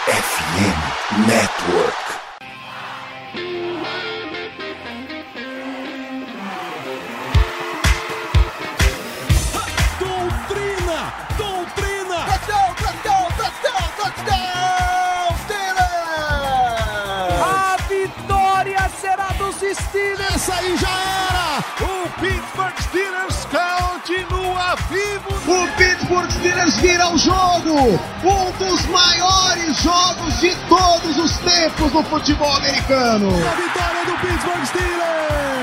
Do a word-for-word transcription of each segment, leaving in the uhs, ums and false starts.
F M Network. Steelers, essa aí já era! O Pittsburgh Steelers continua vivo! O Pittsburgh Steelers vira o jogo! Um dos maiores jogos de todos os tempos no futebol americano! A vitória do Pittsburgh Steelers!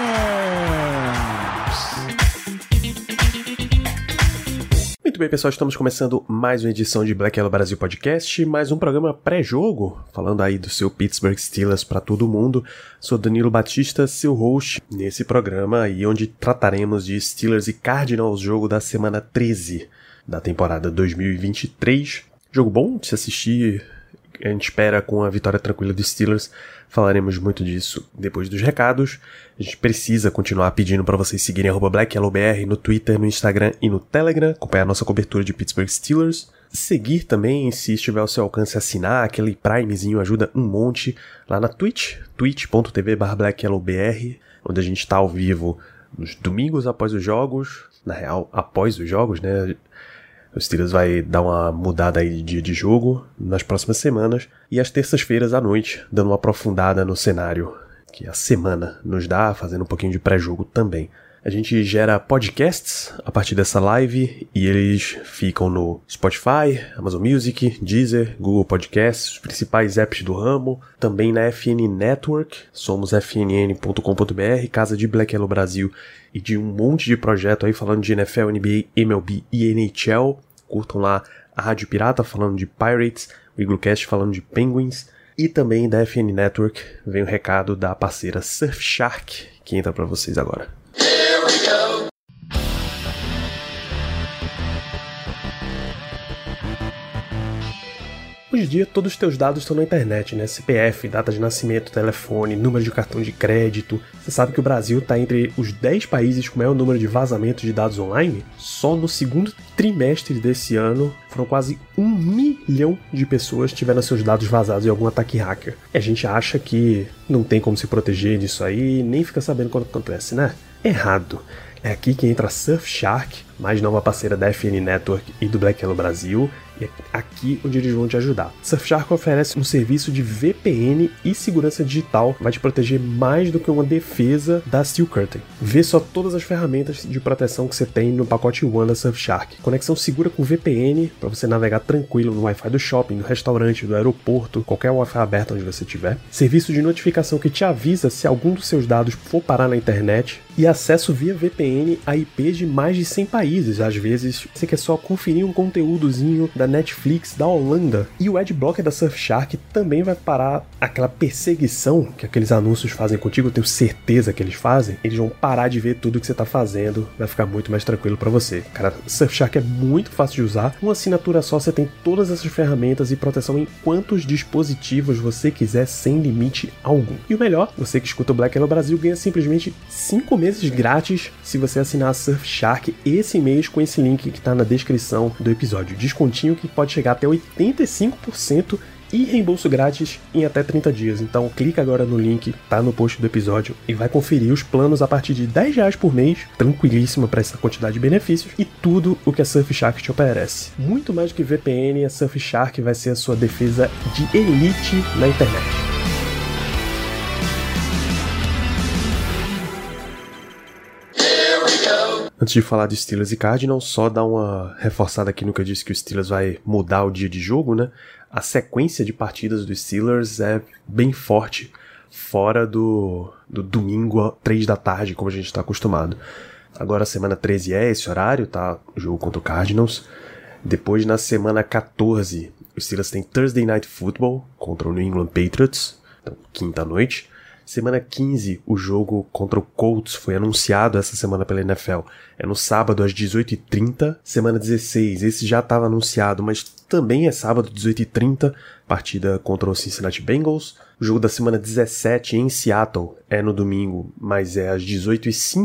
Muito bem, pessoal, estamos começando mais uma edição de Black Yellow Brasil Podcast, mais um programa pré-jogo, falando aí do seu Pittsburgh Steelers para todo mundo. Sou Danilo Batista, seu host nesse programa aí, onde trataremos de Steelers e Cardinals, jogo da semana treze da temporada dois mil e vinte e três. Jogo bom de se assistir, a gente espera com a vitória tranquila dos Steelers. Falaremos muito disso depois dos recados. A gente precisa continuar pedindo para vocês seguirem arroba BlackYellowBR no Twitter, no Instagram e no Telegram, acompanhar a nossa cobertura de Pittsburgh Steelers. Seguir também, se estiver ao seu alcance, assinar, aquele Primezinho ajuda um monte lá na Twitch, twitch.tv barra BlackYellowBR, onde a gente está ao vivo nos domingos após os jogos, na real, após os jogos, né? O Steelers vai dar uma mudada aí de dia de jogo nas próximas semanas. E às terças-feiras à noite, dando uma aprofundada no cenário que a semana nos dá, fazendo um pouquinho de pré-jogo também. A gente gera podcasts a partir dessa live e eles ficam no Spotify, Amazon Music, Deezer, Google Podcasts, os principais apps do ramo. Também na F N Network, somos f n n ponto com ponto b r, casa de Black Yellow Brasil e de um monte de projeto aí falando de N F L, N B A, M L B e N H L. Curtam lá a Rádio Pirata falando de Pirates, o Iglocast falando de Penguins. E também da F N Network vem o recado da parceira Surfshark, que entra para vocês agora. Here we go. Hoje em dia, todos os teus dados estão na internet, né? C P F, data de nascimento, telefone, número de cartão de crédito. Você sabe que o Brasil está entre os dez países com maior número de vazamentos de dados online? Só no segundo trimestre desse ano, foram quase um milhão de pessoas que tiveram seus dados vazados em algum ataque hacker. E a gente acha que não tem como se proteger disso aí, nem fica sabendo quando acontece, né? Errado. É aqui que entra a Surfshark, mais nova parceira da F N Network e do Black Yellow Brasil, e é aqui onde eles vão te ajudar. Surfshark oferece um serviço de V P N e segurança digital, vai te proteger mais do que uma defesa da Steel Curtain. Vê só todas as ferramentas de proteção que você tem no pacote One da Surfshark. Conexão segura com V P N, para você navegar tranquilo no Wi-Fi do shopping, do restaurante, do aeroporto, qualquer Wi-Fi aberto onde você estiver. Serviço de notificação que te avisa se algum dos seus dados for parar na internet. E acesso via V P N a I Ps de mais de cem países. Às vezes, você quer só conferir um conteúdozinho da Netflix da Holanda. E o Adblocker da Surfshark também vai parar aquela perseguição que aqueles anúncios fazem contigo. Eu tenho certeza que eles fazem. Eles vão parar de ver tudo que você está fazendo. Vai ficar muito mais tranquilo para você. Cara, Surfshark é muito fácil de usar. Uma assinatura só, você tem todas essas ferramentas e proteção em quantos dispositivos você quiser, sem limite algum. E o melhor, você que escuta o Black Yellow Brasil ganha simplesmente cinco meses grátis se você assinar a Surfshark esse mês com esse link que está na descrição do episódio. Descontinho que pode chegar até oitenta e cinco por cento e reembolso grátis em até trinta dias. Então clica agora no link, tá no post do episódio, e vai conferir os planos a partir de dez reais por mês, tranquilíssimo para essa quantidade de benefícios, e tudo o que a Surfshark te oferece. Muito mais do que V P N, a Surfshark vai ser a sua defesa de elite na internet. Antes de falar de Steelers e Cardinals, só dar uma reforçada aqui no que eu disse que o Steelers vai mudar o dia de jogo, né? A sequência de partidas do Steelers é bem forte, fora do, do domingo, três da tarde, como a gente está acostumado. Agora a semana treze é esse horário, tá? O jogo contra o Cardinals. Depois, na semana quatorze, o Steelers tem Thursday Night Football contra o New England Patriots, então quinta-noite. Semana quinze, o jogo contra o Colts foi anunciado essa semana pela N F L. É no sábado às dezoito e trinta. Semana dezesseis, esse já estava anunciado, mas também é sábado, dezoito e trinta, partida contra o Cincinnati Bengals. O jogo da semana dezessete em Seattle é no domingo, mas é às dezoito e cinco.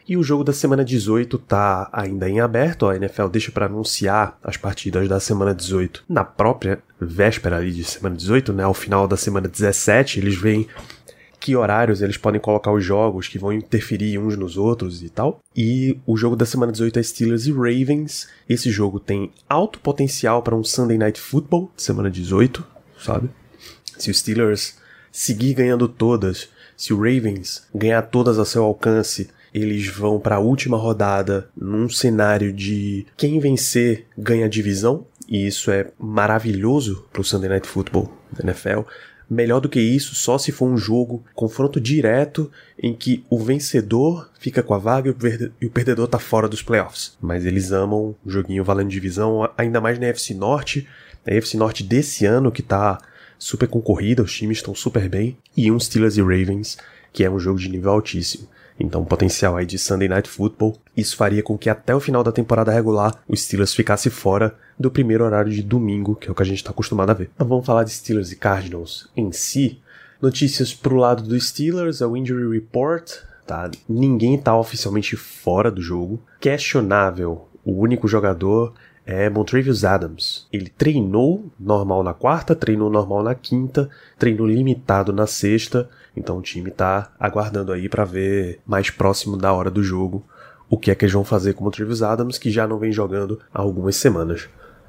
E o jogo da semana dezoito tá ainda em aberto, a N F L deixa para anunciar as partidas da semana dezoito na própria véspera ali de semana dezoito, né? Ao final da semana dezessete, eles veem que horários eles podem colocar os jogos que vão interferir uns nos outros e tal. E o jogo da semana dezoito é Steelers e Ravens. Esse jogo tem alto potencial para um Sunday Night Football, semana dezoito, sabe? Se o Steelers seguir ganhando todas, se o Ravens ganhar todas a seu alcance, eles vão para a última rodada num cenário de quem vencer ganha a divisão. E isso é maravilhoso para o Sunday Night Football da N F L. Melhor do que isso, só se for um jogo, confronto direto, em que o vencedor fica com a vaga e o perdedor tá fora dos playoffs. Mas eles amam o joguinho valendo divisão, ainda mais na A F C Norte. A A F C Norte desse ano que tá super concorrida, os times estão super bem. E um Steelers e Ravens, que é um jogo de nível altíssimo. Então, potencial aí de Sunday Night Football. Isso faria com que até o final da temporada regular o Steelers ficasse fora do primeiro horário de domingo, que é o que a gente está acostumado a ver. Então, vamos falar de Steelers e Cardinals em si. Notícias pro lado do Steelers, é o Injury Report, tá? Ninguém tá oficialmente fora do jogo. Questionável, o único jogador é Montravius Adams. Ele treinou normal na quarta, treinou normal na quinta, treinou limitado na sexta, então o time tá aguardando aí pra ver mais próximo da hora do jogo o que é que eles vão fazer com o Montravius Adams, que já não vem jogando há algumas semanas.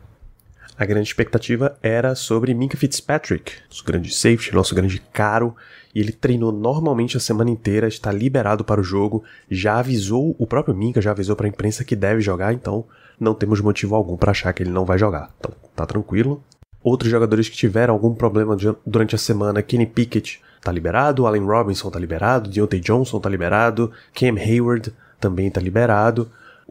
A grande expectativa era sobre Minkah Fitzpatrick, nosso grande safety, nosso grande caro, e ele treinou normalmente a semana inteira, está liberado para o jogo, já avisou, o próprio Minkah já avisou para a imprensa que deve jogar, então não temos motivo algum para achar que ele não vai jogar. Então, tá tranquilo. Outros jogadores que tiveram algum problema durante a semana, Kenny Pickett tá liberado, Allen Robinson tá liberado, Deontay Johnson tá liberado, Cam Hayward também tá liberado,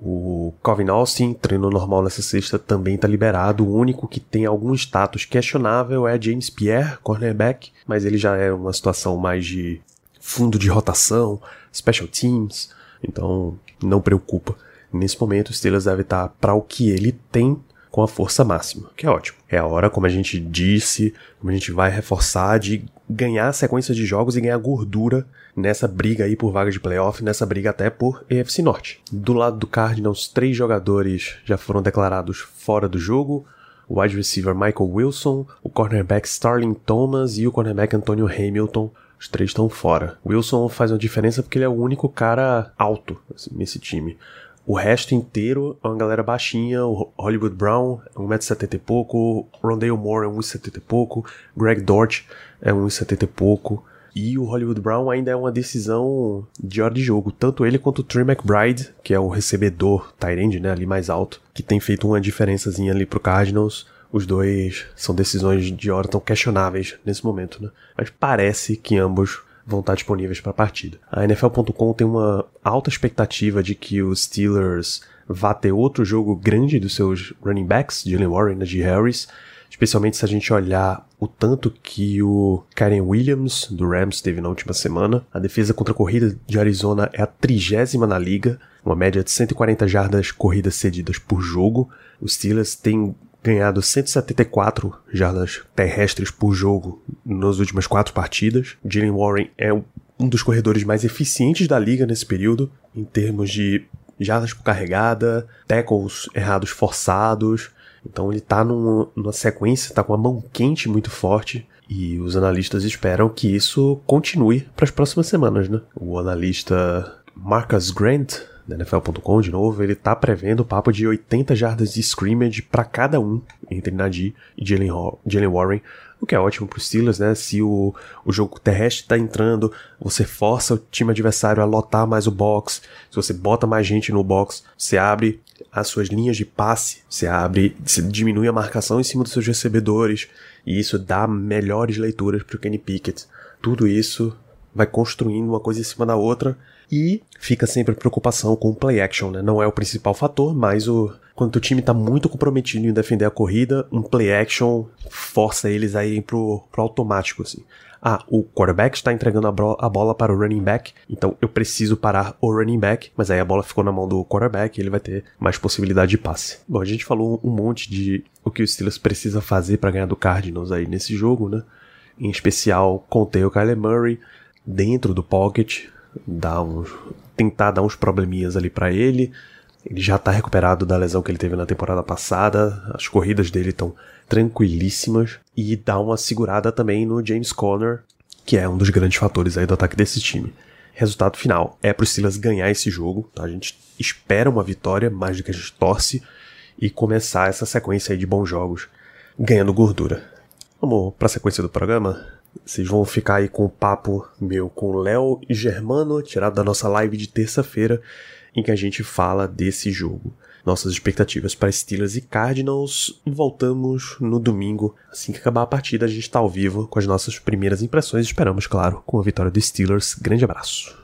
o Calvin Austin treinou normal nessa sexta, também tá liberado. O único que tem algum status questionável é James Pierre, cornerback, mas ele já é uma situação mais de fundo de rotação, special teams, então não preocupa. Nesse momento o Steelers deve estar para o que ele tem com a força máxima, que é ótimo. É a hora, como a gente disse, como a gente vai reforçar, de ganhar a sequência de jogos e ganhar gordura nessa briga aí por vaga de playoff, nessa briga até por A F C Norte. Do lado do Cardinals, três jogadores já foram declarados fora do jogo: o wide receiver Michael Wilson, o cornerback Starling Thomas e o cornerback Antonio Hamilton. Os três estão fora. Wilson faz uma diferença porque ele é o único cara alto assim, nesse time. O resto inteiro é uma galera baixinha. O Hollywood Brown é um metro e setenta e pouco, Rondale Moore é um metro e setenta e pouco, Greg Dort é um metro e setenta e pouco, e o Hollywood Brown ainda é uma decisão de hora de jogo. Tanto ele quanto o Trey McBride, que é o recebedor tight end, né, ali mais alto, que tem feito uma diferençazinha ali pro Cardinals. Os dois são decisões de hora tão questionáveis nesse momento, né? Mas parece que ambos vão estar disponíveis para a partida. A N F L ponto com tem uma alta expectativa de que os Steelers vá ter outro jogo grande dos seus running backs, Jalen Warren e Najee Harris, especialmente se a gente olhar o tanto que o Kyren Williams, do Rams, teve na última semana. A defesa contra a corrida de Arizona é a trigésima na liga, uma média de cento e quarenta jardas corridas cedidas por jogo. Os Steelers têm ganhado cento e setenta e quatro jardas terrestres por jogo nas últimas quatro partidas. Jalen Warren é um dos corredores mais eficientes da liga nesse período, em termos de jardas por carregada, tackles errados forçados. Então ele tá numa, numa sequência, tá com a mão quente muito forte, e os analistas esperam que isso continue para as próximas semanas, né? O analista Marcus Grant, da N F L ponto com, de novo, ele tá prevendo o papo de oitenta jardas de scrimmage para cada um entre Najee e Jalen, Jalen Warren, o que é ótimo pro Steelers, né? Se o, o jogo terrestre tá entrando, você força o time adversário a lotar mais o box, se você bota mais gente no box, você abre as suas linhas de passe, você abre, você diminui a marcação em cima dos seus recebedores, e isso dá melhores leituras pro Kenny Pickett. Tudo isso vai construindo uma coisa em cima da outra, e fica sempre a preocupação com o play action, né? Não é o principal fator, mas o, quando o time está muito comprometido em defender a corrida, um play action força eles a irem pro, pro automático, assim. Ah, o quarterback está entregando a, bro- a bola para o running back, então eu preciso parar o running back, mas aí a bola ficou na mão do quarterback e ele vai ter mais possibilidade de passe. Bom, a gente falou um monte de o que o Steelers precisa fazer para ganhar do Cardinals aí nesse jogo, né? Em especial, conter o Kyler Murray dentro do pocket, dar um, tentar dar uns probleminhas ali pra ele. Ele já tá recuperado da lesão que ele teve na temporada passada, as corridas dele estão tranquilíssimas, e dá uma segurada também no James Conner, que é um dos grandes fatores aí do ataque desse time. Resultado final é pro Steelers ganhar esse jogo, tá? A gente espera uma vitória mais do que a gente torce e começar essa sequência aí de bons jogos ganhando gordura. Vamos pra sequência do programa? Vocês vão ficar aí com o papo meu com o Léo e Germano, tirado da nossa live de terça-feira, em que a gente fala desse jogo. Nossas expectativas para Steelers e Cardinals. Voltamos no domingo. Assim que acabar a partida, a gente está ao vivo com as nossas primeiras impressões. Esperamos, claro, com a vitória dos Steelers. Grande abraço.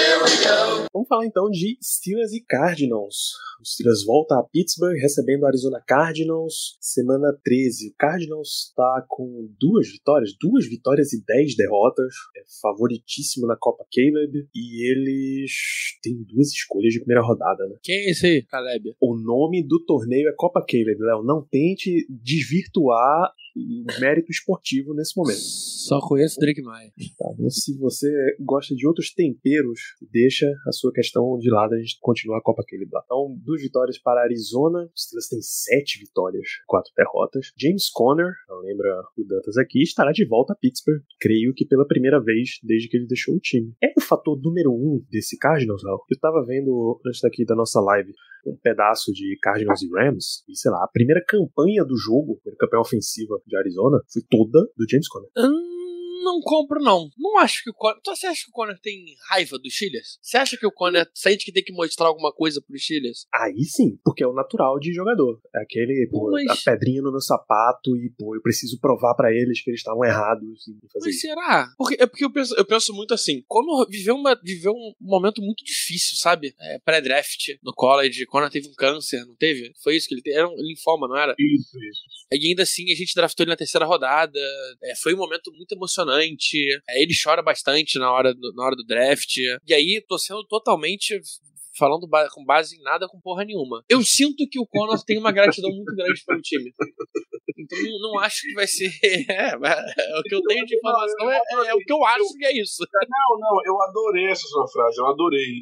Vamos falar então de Steelers e Cardinals. O Steelers volta a Pittsburgh, recebendo o Arizona Cardinals, semana treze. O Cardinals está com duas vitórias, duas vitórias e dez derrotas. É favoritíssimo na Copa Caleb. E eles têm duas escolhas de primeira rodada, né? Quem é esse aí, Caleb? O nome do torneio é Copa Caleb, Léo. Não tente desvirtuar o mérito esportivo nesse momento. Só conheço o Drake Maia. Tá, então, se você gosta de outros temperos, deixa a sua questão de lado, a gente continua a Copa Caleb lá. Então, duas vitórias para Arizona. Os Steelers têm sete vitórias, quatro derrotas. James Conner, não lembra o Dantas aqui, estará de volta a Pittsburgh. Creio que pela primeira vez desde que ele deixou o time. É o fator número um desse Cardinals, Léo. Eu tava vendo, antes daqui da nossa live, um pedaço de Cardinals e Rams, e sei lá, a primeira campanha do jogo, a primeira campanha ofensiva de Arizona, foi toda do James Conner. Hum... Não compro, não. Não acho que o Conner... Você acha que o Conner tem raiva dos Steelers? Você acha que o Conner sente que tem que mostrar alguma coisa pros Steelers? Aí sim, porque é o natural de jogador. É aquele, pô, Mas... a pedrinha no meu sapato e, pô, eu preciso provar pra eles que eles estavam errados em fazer Mas isso. será? Porque, é porque eu penso, eu penso muito assim, quando viveu, uma, viveu um momento muito difícil, sabe? É, pré-draft no college, quando teve um câncer, não teve? Foi isso que ele teve? Era um linfoma, não era? Isso, isso. E ainda assim, a gente draftou ele na terceira rodada. É, foi um momento muito emocionante. É, ele chora bastante na hora, do, na hora do draft. E aí, tô sendo totalmente... falando ba- com base em nada, com porra nenhuma. Eu sinto que o Conor tem uma gratidão muito grande pelo time. Então não, não acho que vai ser... É, é, o que eu tenho de informação é, é, é o que eu acho que é isso. Não, não, eu adorei essa sua frase, eu adorei.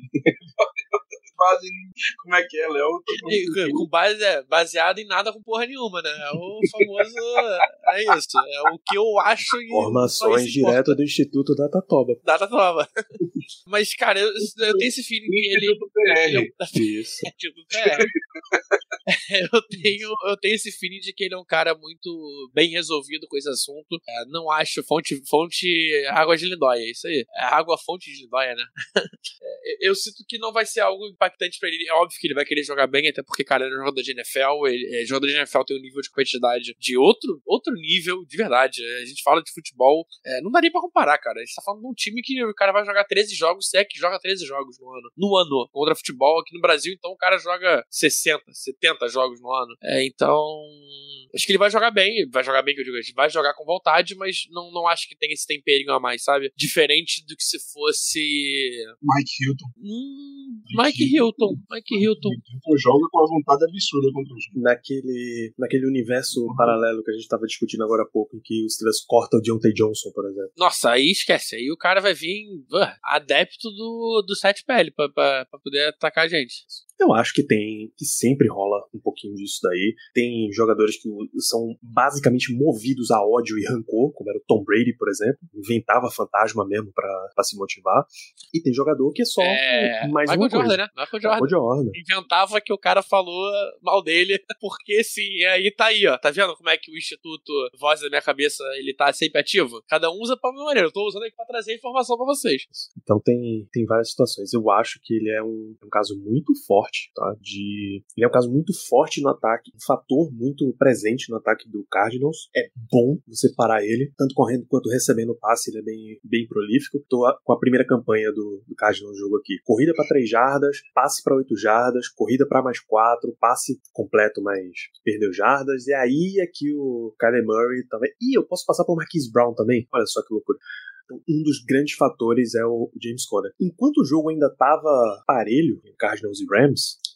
Base em... Como é que é, Léo? E, com base, é, baseado em nada com porra nenhuma, né? É o famoso... É isso. É o que eu acho... Informações direto do Instituto Datatoba. Datatoba. Mas, cara, eu, eu tenho esse feeling que ele... Instituto P R. Isso. Instituto P R. eu, tenho, eu tenho esse feeling de que ele é um cara muito bem resolvido com esse assunto. É, não acho fonte, fonte água de lindóia, é isso aí. É água fonte de lindóia, né? é, eu sinto que não vai ser algo impactante pra ele. É óbvio que ele vai querer jogar bem, até porque, cara, ele é um jogador de N F L. Ele, é, jogador de N F L tem um nível de competitividade de outro, outro nível, de verdade. A gente fala de futebol, é, não daria pra comparar, cara. A gente tá falando de um time que o cara vai jogar treze jogos, se é que joga treze jogos no ano. No ano, contra futebol aqui no Brasil, então o cara joga sessenta, setenta jogos no ano. É, então, acho que ele vai jogar bem, vai jogar bem, que eu digo, ele vai jogar com vontade, mas não, não acho que tem esse temperinho a mais, sabe? Diferente do que se fosse... Mike Hilton. Hum, Mike Hilton. Mike Hilton. Hilton joga com uma vontade absurda contra o time. Naquele, naquele universo uhum. paralelo que a gente tava discutindo agora há pouco, em que os Steelers cortam o Deontay Johnson, por exemplo. Nossa, aí esquece. Aí o cara vai vir uh, adepto do, do sete P L pra, pra, pra poder atacar a gente. Eu acho que tem, que sempre rola um pouquinho disso daí. Tem jogadores que são basicamente movidos a ódio e rancor, como era o Tom Brady, por exemplo. Inventava fantasma mesmo pra, pra se motivar. E tem jogador que é só é... mais Michael uma Jordan, coisa. Né? Michael Jordan. Michael Jordan. Inventava que o cara falou mal dele, porque sim, aí tá aí, ó. Tá vendo como é que o Instituto Voz da Minha Cabeça, ele tá sempre ativo? Cada um usa pra uma maneira. Eu tô usando aqui pra trazer informação pra vocês. Então tem, tem várias situações. Eu acho que ele é um, um caso muito forte, tá? De... Ele é um caso muito forte no ataque, um fator muito presente no ataque do Cardinals. É bom você parar ele, tanto correndo quanto recebendo o passe, ele é bem, bem prolífico. Tô a, com a primeira campanha do, do Cardinals no jogo aqui. Corrida pra três jardas, passe pra oito jardas, corrida pra mais quatro, passe completo, mas perdeu jardas. E aí é que o Kyler Murray também... Ih, eu posso passar pro Marquise Brown também? Olha só que loucura. Um dos grandes fatores é o James Conner. Enquanto o jogo ainda estava parelho em Cardinals e Rams,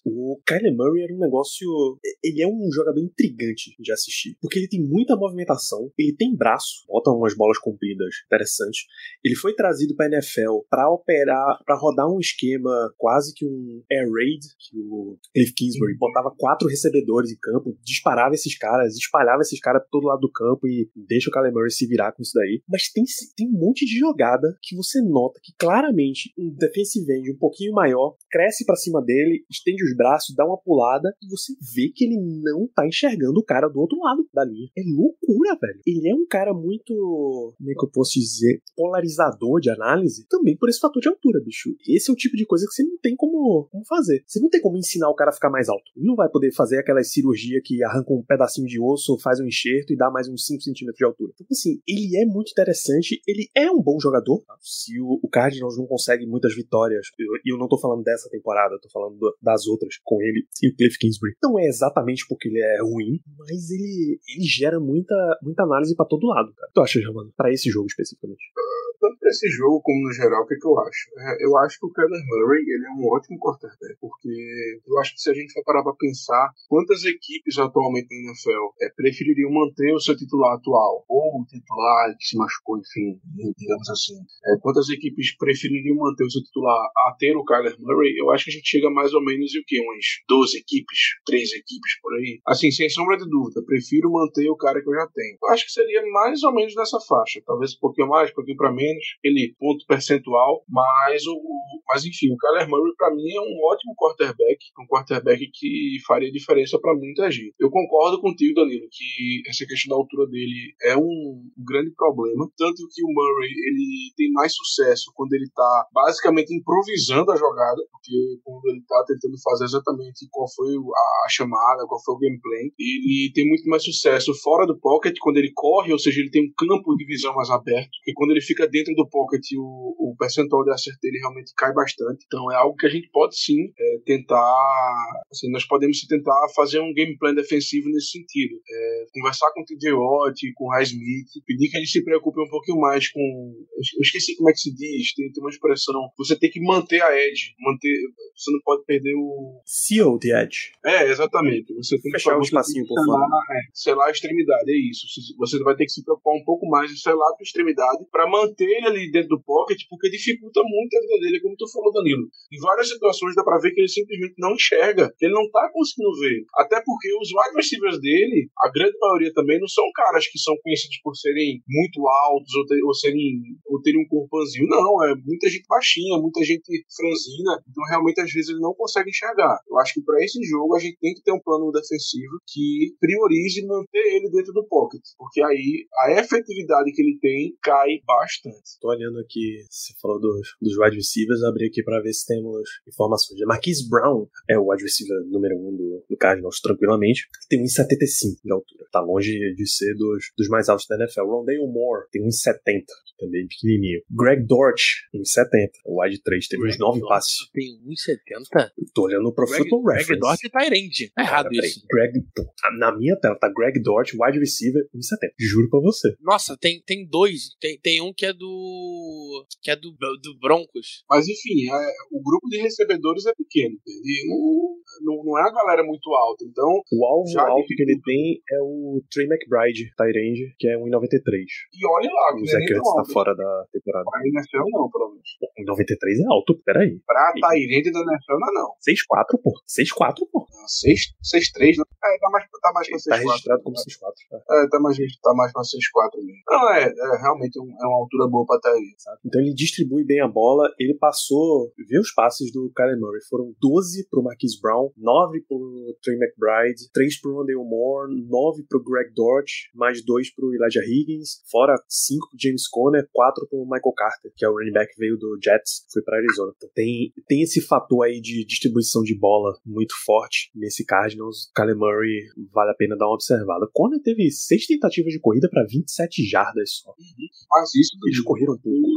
O Kyler Murray era um negócio... Ele é um jogador intrigante de assistir, porque ele tem muita movimentação, ele tem braço, bota umas bolas compridas interessantes. Ele foi trazido pra N F L pra operar, pra rodar um esquema quase que um air raid, que o Cliff Kingsbury botava quatro recebedores em campo, disparava esses caras, espalhava esses caras pra todo lado do campo e deixa o Kyler Murray se virar com isso daí. Mas tem, tem um monte de jogada que você nota que claramente um defensive end um pouquinho maior cresce pra cima dele, estende os braços, dá uma pulada e você vê que ele não tá enxergando o cara do outro lado da linha. É loucura, velho. Ele é um cara muito, como é que eu posso dizer, polarizador de análise, também por esse fator de altura, bicho. Esse é o tipo de coisa que você não tem como, como fazer. Você não tem como ensinar o cara a ficar mais alto. Ele não vai poder fazer aquela cirurgia que arranca um pedacinho de osso, faz um enxerto e dá mais uns cinco centímetros de altura. Então, assim, ele é muito interessante, ele é um bom jogador. Tá? Se o, o Cardinals não consegue muitas vitórias, e eu, eu não tô falando dessa temporada, eu tô falando do, das outras com ele e o Cliff Kingsbury, não é exatamente porque ele é ruim, mas ele, ele gera muita, muita análise pra todo lado, cara. O que tu acha, Giovanni? Pra esse jogo especificamente? Tanto pra esse jogo como no geral, o que, é que eu acho? É, eu acho que o Kyler Murray ele é um ótimo quarterback, porque eu acho que se a gente for parar pra pensar quantas equipes atualmente na N F L é, prefeririam manter o seu titular atual, ou o titular que se machucou, enfim, digamos assim, é, quantas equipes prefeririam manter o seu titular a ter o Kyler Murray, eu acho que a gente chega mais ou menos em o quê? Umas doze equipes, treze equipes por aí. Assim, sem sombra de dúvida, prefiro manter o cara que eu já tenho. Eu acho que seria mais ou menos nessa faixa, talvez um pouquinho mais, um pouquinho pra menos, ele ponto percentual, mas, o, mas enfim, o Kyler Murray pra mim é um ótimo quarterback, um quarterback que faria diferença pra muita gente. Eu concordo contigo, Danilo, que essa questão da altura dele é um, um grande problema, tanto que o Murray ele tem mais sucesso quando ele tá basicamente improvisando a jogada, porque quando ele tá tentando fazer exatamente qual foi a, a chamada, qual foi o gameplay, ele tem muito mais sucesso fora do pocket, quando ele corre, ou seja, ele tem um campo de visão mais aberto, e quando ele fica dentro do pocket, o, o percentual de acerto dele realmente cai bastante. Então é algo que a gente pode sim é, tentar, assim, nós podemos tentar fazer um game plan defensivo nesse sentido. É, conversar com o T J Watt, com o Highsmith, pedir que eles se preocupem um pouquinho mais com, eu esqueci como é que se diz, tem, tem uma expressão, você tem que manter a edge, manter, você não pode perder o... Seal the edge. É, exatamente. Você tem fechar que o espacinho por selar, fora. é, selar a extremidade, é isso. Você vai ter que se preocupar um pouco mais em selar a extremidade para manter ele ali dentro do pocket, porque dificulta muito a vida dele, como tu falou, Danilo. Em várias situações dá pra ver que ele simplesmente não enxerga, que ele não tá conseguindo ver. Até porque os wide receivers dele, a grande maioria também, não são caras que são conhecidos por serem muito altos ou, ter, ou, serem, ou terem um corpãozinho. Não, é muita gente baixinha, muita gente franzina. Então, realmente, às vezes, ele não consegue enxergar. Eu acho que para esse jogo, a gente tem que ter um plano defensivo que priorize manter ele dentro do pocket. Porque aí, a efetividade que ele tem cai bastante. Tô olhando aqui, você falou dos, dos wide receivers, eu abri aqui pra ver se temos informações. Marquise Brown é o wide receiver número um do, do Cardinals, tranquilamente. Tem um metro e setenta e cinco de altura. Tá longe de ser dos, dos mais altos da N F L. Rondale Moore tem um metro e setenta, também pequenininho. Greg Dortch, um metro e setenta. O wide três teve uns nove passes. Tem um metro e setenta? Eu tô olhando pro Greg, Football Reference. Greg Dortch tá herente. É errado Cara, isso. Greg, na minha tela tá Greg Dortch, wide receiver, um metro e setenta. Juro pra você. Nossa, tem, tem dois. Tem, tem um que é do... que é do, do Broncos. Mas enfim, é, o grupo de recebedores é pequeno. Ele não, não, não é a galera muito alta. Então, o alvo já alto que ele tem é o Trey McBride, tight end, que é um metro e noventa e três. E olha lá, que o Zach Ertz tá fora da temporada. Pra N F L não, pelo menos. um metro e noventa e três é alto, peraí. Pra tight end da N F L não, não. seis quatro, pô. seis quatro, pô. seis três, não. É, tá mais, tá mais pra seis quatro. Tá registrado como seis quatro. Tá. É, tá mais, tá mais pra seis quatro mesmo. Não, é, é realmente um, é uma altura boa pra tight end, sabe? Então ele distribui bem a bola, ele passou, vê os passes do Kyler Murray, foram doze pro Marquise Brown, nove pro Trey McBride, três pro Rondale Moore, nove pro Greg Dortch, mais dois pro Elijah Higgins, fora cinco pro James Conner, quatro pro Michael Carter, que é o running back que veio do Jets, foi pra Arizona. Então tem, tem esse fator aí de distribuição de bola muito forte nesse Cardinals. Kyler Murray vale a pena dar uma observada. Conner teve seis tentativas de corrida pra vinte e sete jardas só. Uhum. Mas isso eles correram um pouco.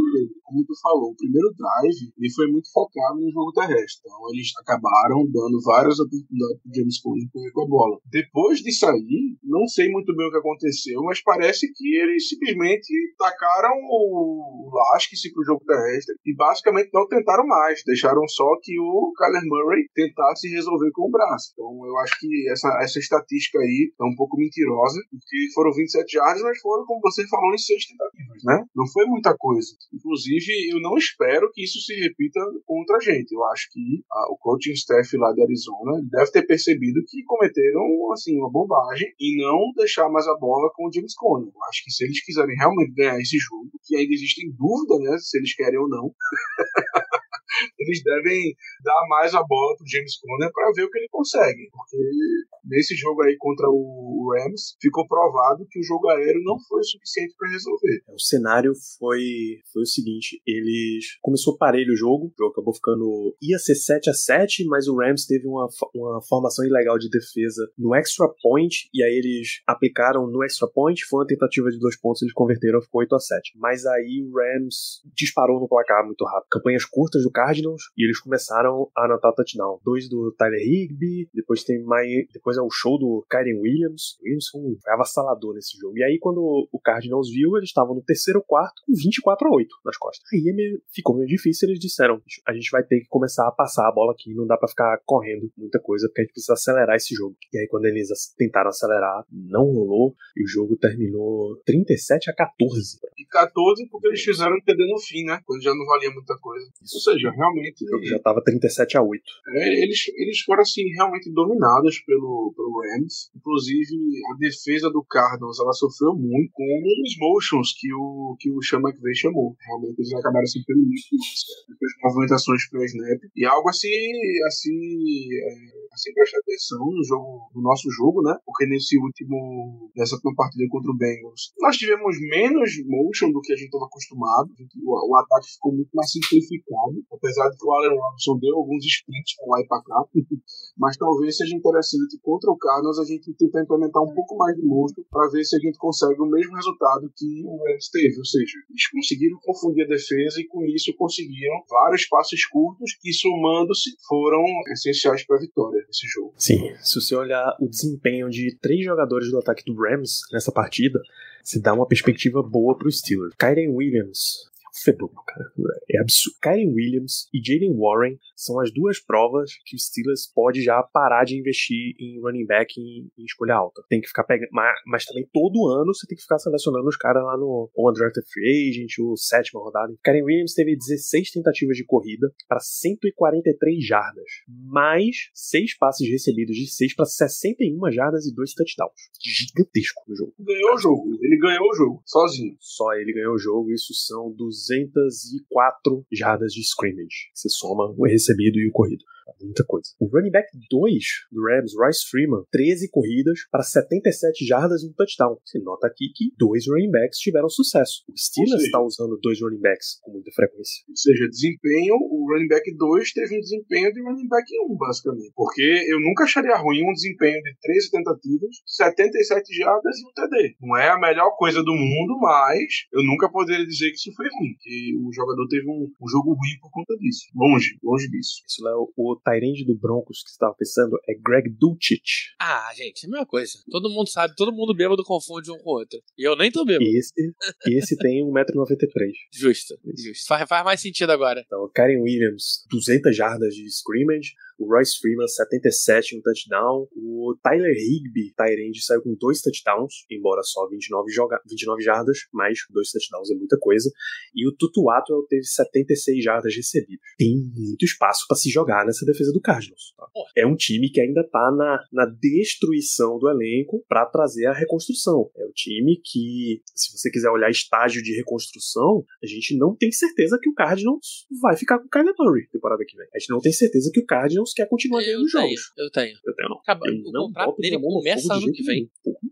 como tu falou, o primeiro drive ele foi muito focado no jogo terrestre. Então eles acabaram dando várias oportunidades pro James Conner correr com a bola. Depois disso aí, não sei muito bem o que aconteceu, mas parece que eles simplesmente tacaram o lasque-se pro jogo terrestre e basicamente não tentaram mais. Deixaram só que o Kyler Murray tentasse resolver com o braço. Então eu acho que essa, essa estatística aí é um pouco mentirosa, porque foram vinte e sete yards, mas foram, como você falou, em seis tentativas, né? Não foi muita coisa. Inclusive, eu não espero que isso se repita contra a gente. Eu acho que a, o coaching staff lá de Arizona deve ter percebido que cometeram, assim, uma bobagem e não deixar mais a bola com o James Conner. Eu acho que se eles quiserem realmente ganhar esse jogo, que ainda existe dúvida, né, se eles querem ou não, eles devem dar mais a bola pro James Conner para ver o que ele consegue, porque nesse jogo aí contra o Rams ficou provado que o jogo aéreo não foi o suficiente para resolver. O cenário foi, foi o seguinte, eles começou parelho o jogo, o jogo acabou ficando, ia ser sete a sete, mas o Rams teve uma, uma formação ilegal de defesa no extra point, e aí eles aplicaram no extra point, foi uma tentativa de dois pontos, eles converteram, ficou oito a sete, mas aí o Rams disparou no placar muito rápido, campanhas curtas do Cardinals, e eles começaram a anotar touchdown. Dois do Tyler Higbee, depois tem mais, depois é o show do Kyren Williams. O Williams foi um avassalador nesse jogo. E aí, quando o Cardinals viu, eles estavam no terceiro quarto com vinte e quatro a oito nas costas. Aí é meio, ficou meio difícil, eles disseram, a gente vai ter que começar a passar a bola aqui, não dá pra ficar correndo muita coisa, porque a gente precisa acelerar esse jogo. E aí, quando eles tentaram acelerar, não rolou, e o jogo terminou trinta e sete a quatorze. E quatorze porque eles fizeram o T D no fim, né? Quando já não valia muita coisa. Isso. Ou seja, realmente... O jogo já tava trinta e sete a oito. É, eles, eles foram, assim, realmente dominados pelo, pelo Rams. Inclusive, a defesa do Cardinals, ela sofreu muito com os motions que o, que o Sean McVay chamou. Realmente, eles acabaram se permitindo depois de movimentações pro snap. E algo assim, assim, é, assim prestar atenção no jogo, no nosso jogo, né? Porque nesse último, nessa última partida contra o Bengals, nós tivemos menos motion do que a gente estava acostumado. O, o ataque ficou muito mais simplificado, apesar de que o Allen Robinson deu alguns sprints pra lá e pra cá, mas talvez seja interessante contra o Cardinals a gente tentar implementar um pouco mais de motion para ver se a gente consegue o mesmo resultado que o Rams teve, ou seja, eles conseguiram confundir a defesa e com isso conseguiram vários passes curtos que, somando-se, foram essenciais para a vitória desse jogo. Sim, se você olhar o desempenho de três jogadores do ataque do Rams nessa partida, se dá uma perspectiva boa pro Steelers. Kyren Williams, fenômeno, cara. É absurdo. Kyren Williams e Jaylen Warren são as duas provas que o Steelers pode já parar de investir em running back em, em escolha alta. Tem que ficar pegando, mas, mas também todo ano você tem que ficar selecionando os caras lá no Undrafted Free Agent, o sétima rodada. Kyren Williams teve dezesseis tentativas de corrida para cento e quarenta e três jardas, mais seis passes recebidos de seis para sessenta e uma jardas e dois touchdowns. Gigantesco no jogo. Ganhou o jogo. Ele ganhou o jogo, sozinho. Só ele ganhou o jogo, isso são duzentas e quatro jardas de scrimmage. Você soma o recebido e o corrido. Muita coisa. O running back dois do Rams, Royce Freeman, treze corridas para setenta e sete jardas e um touchdown. Você nota aqui que dois running backs tiveram sucesso. O Steelers está usando dois running backs com muita frequência. Ou seja, desempenho, o running back dois teve um desempenho de running back um, basicamente. Porque eu nunca acharia ruim um desempenho de treze tentativas, setenta e sete jardas e um T D. Não é a melhor coisa do mundo, mas eu nunca poderia dizer que isso foi ruim. Que o jogador teve um, um jogo ruim por conta disso. Longe, longe disso. Isso, Léo, o Tyrande do Broncos que você estava pensando é Greg Dulcich. Ah, gente, é a mesma coisa. Todo mundo sabe, todo mundo bêbado confunde um com o outro. E eu nem tô bêbado. Esse, esse tem um metro e noventa e três. Justo, justo. Faz, faz mais sentido agora. Então, o Kyren Williams, duzentas jardas de scrimmage. O Royce Freeman, setenta e sete, um touchdown. O Tyler Higbee, Tyrande, saiu com dois touchdowns, embora só vinte e nove, joga- vinte e nove jardas, mas dois touchdowns é muita coisa. E o Tutu Atwell teve setenta e seis jardas recebidas. Tem muito espaço para se jogar nessa defesa do Cardinals. Tá? É um time que ainda tá na, na destruição do elenco para trazer a reconstrução. É um time que, se você quiser olhar estágio de reconstrução, a gente não tem certeza que o Cardinals vai ficar com o Kyler Murray temporada que vem. A gente não tem certeza que o Cardinals quer continuar ganhando eu tenho, jogos. Eu tenho. Eu tenho, não. Acaba, eu o não contrato boto dele minha mão no começa fogo de ano jeito que vem. nenhum.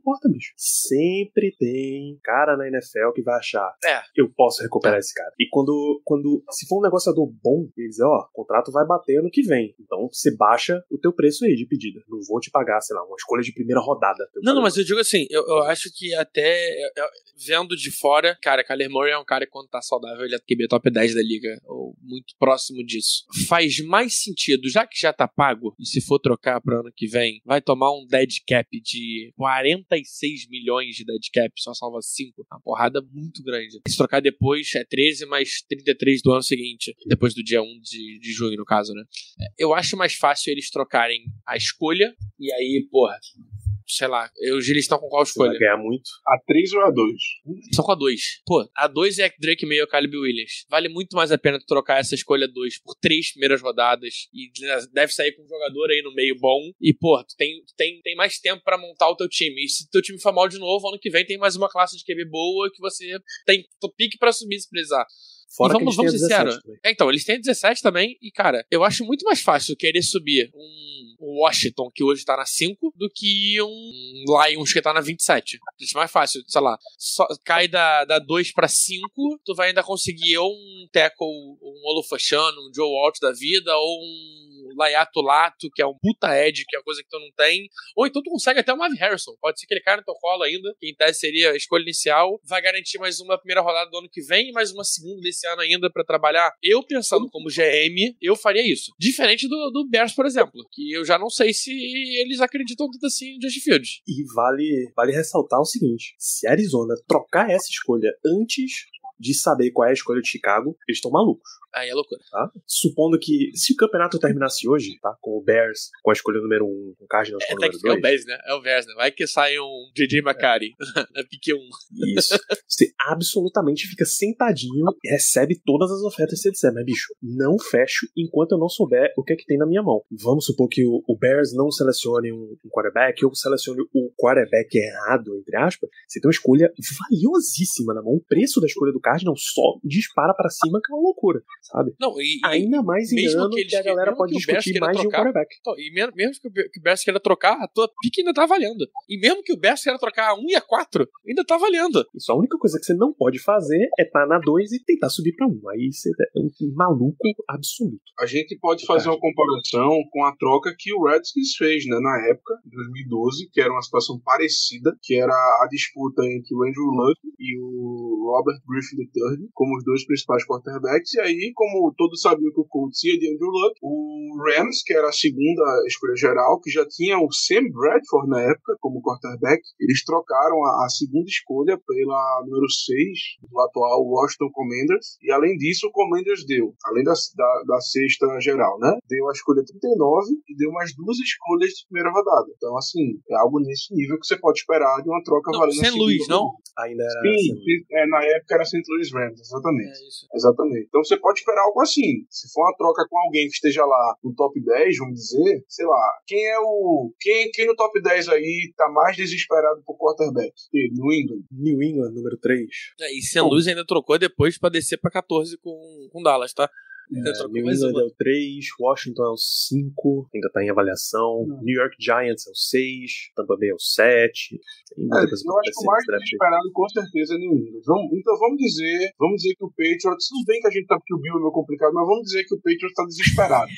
importa, bicho. Sempre tem cara na N F L que vai achar, É. eu posso recuperar esse cara. E quando, quando se for um negociador bom, ele diz, ó, o contrato vai bater ano que vem. Então você baixa o teu preço aí de pedida. Não vou te pagar, sei lá, uma escolha de primeira rodada. Não, não, mas eu digo assim, eu, eu acho que até eu, eu, vendo de fora, cara, Kyler Murray é um cara que quando tá saudável, ele é Q B top dez da liga, ou muito próximo disso. Faz mais sentido, já que já tá pago, e se for trocar pro ano que vem, vai tomar um dead cap de quarenta e seis milhões de dead cap, só salva cinco. Uma porrada muito grande. Se trocar depois, é treze mais trinta e três do ano seguinte, depois do dia um de, de junho, no caso, né? Eu acho mais fácil eles trocarem a escolha, e aí, porra, sei lá, hoje eles estão com qual escolha? Vai ganhar muito. A três ou a dois? Estão com a dois. Pô, a dois é Drake May ou Caleb Williams. Vale muito mais a pena tu trocar essa escolha dois por três primeiras rodadas e deve sair com um jogador aí no meio bom. E, pô, tu tem, tu tem, tem mais tempo pra montar o teu time. E se teu time for mal de novo, ano que vem tem mais uma classe de Q B boa que você tem pique pra subir se precisar. Fora e vamos, que eles vamos ser sinceros. É, então, eles têm dezessete também. E, cara, eu acho muito mais fácil querer subir um, um Washington, que hoje tá na cinco, do que um Lions, que tá na vinte e sete. É mais fácil, sei lá. Só, cai da, da dois pra cinco, tu vai ainda conseguir ou um tackle, um Olufashano, um Joe Alt da vida, ou um Laiato Lato, que é um puta edge, que é uma coisa que tu não tem. Ou então tu consegue até o Marvin Harrison. Pode ser que ele caia no teu colo ainda, que em tese seria a escolha inicial. Vai garantir mais uma primeira rodada do ano que vem e mais uma segunda desse ano ainda pra trabalhar. Eu, pensando como G M, eu faria isso. Diferente do, do Bears, por exemplo, que eu já não sei se eles acreditam tanto assim em Justin Fields. E vale, vale ressaltar o seguinte, se a Arizona trocar essa escolha antes de saber qual é a escolha de Chicago, eles estão malucos. Aí é loucura. Tá? Supondo que, se o campeonato terminasse hoje, tá? Com o Bears, com a escolha número um, com o Cardinals com é, o número é o dois. Bears, né? É o Bears, né? Vai que sai um J J McCarthy na pique um. Isso. Você absolutamente fica sentadinho e recebe todas as ofertas que você disser. Mas, bicho, não fecho enquanto eu não souber o que é que tem na minha mão. Vamos supor que o, o Bears não selecione um, um quarterback ou selecione o quarterback errado, entre aspas. Você tem uma escolha valiosíssima na mão. O preço da escolha do Cardinals só dispara pra cima, que é uma loucura, sabe? Não, e, ainda mais em ano que, que a galera pode discutir mais de um quarterback. Então, e mesmo, mesmo que o Bears queira trocar, a tua pique ainda tá valendo. E mesmo que o Bears queira trocar a um e a quatro, ainda tá valendo. Isso, a única coisa que você não pode fazer é estar na dois e tentar subir pra um. Aí você é um maluco absoluto. A gente pode fazer uma comparação com a troca que o Redskins fez, né, na época, em dois mil e doze, que era uma situação parecida, que era a disputa entre o Andrew Luck e o Robert Griffin terceiro, como os dois principais quarterbacks, e aí, como todos sabiam que o Colts ia de Andrew Luck, o Rams, que era a segunda escolha geral, que já tinha o Sam Bradford na época como quarterback, eles trocaram a, a segunda escolha pela número seis do atual Washington Commanders, e além disso o Commanders deu, além da, da, da sexta geral, né, deu a escolha trinta e nove e deu mais duas escolhas de primeira rodada. Então, assim, é algo nesse nível que você pode esperar de uma troca não, valendo Saint Louis, não? Ainda era Sim, é, na época era Saint Louis Rams, exatamente. É isso. Exatamente. Então você pode esperar algo assim. Se for uma troca com alguém que esteja lá no top dez, vamos dizer, sei lá, quem é o. Quem, quem no top dez aí tá mais desesperado por quarterback? New England. New England, número três. É, e Saint Louis ainda trocou depois pra descer pra catorze com, com Dallas, tá? É, New England é o três, Washington é o cinco, ainda tá em avaliação, não. New York Giants é o seis, Tampa Bay é o sete. É, eu acho que o mais desesperado com certeza é New England. Vamos, então vamos dizer, vamos dizer que o Patriots, tudo bem que a gente tá, porque o Bill é meio complicado, mas vamos dizer que o Patriots tá desesperado.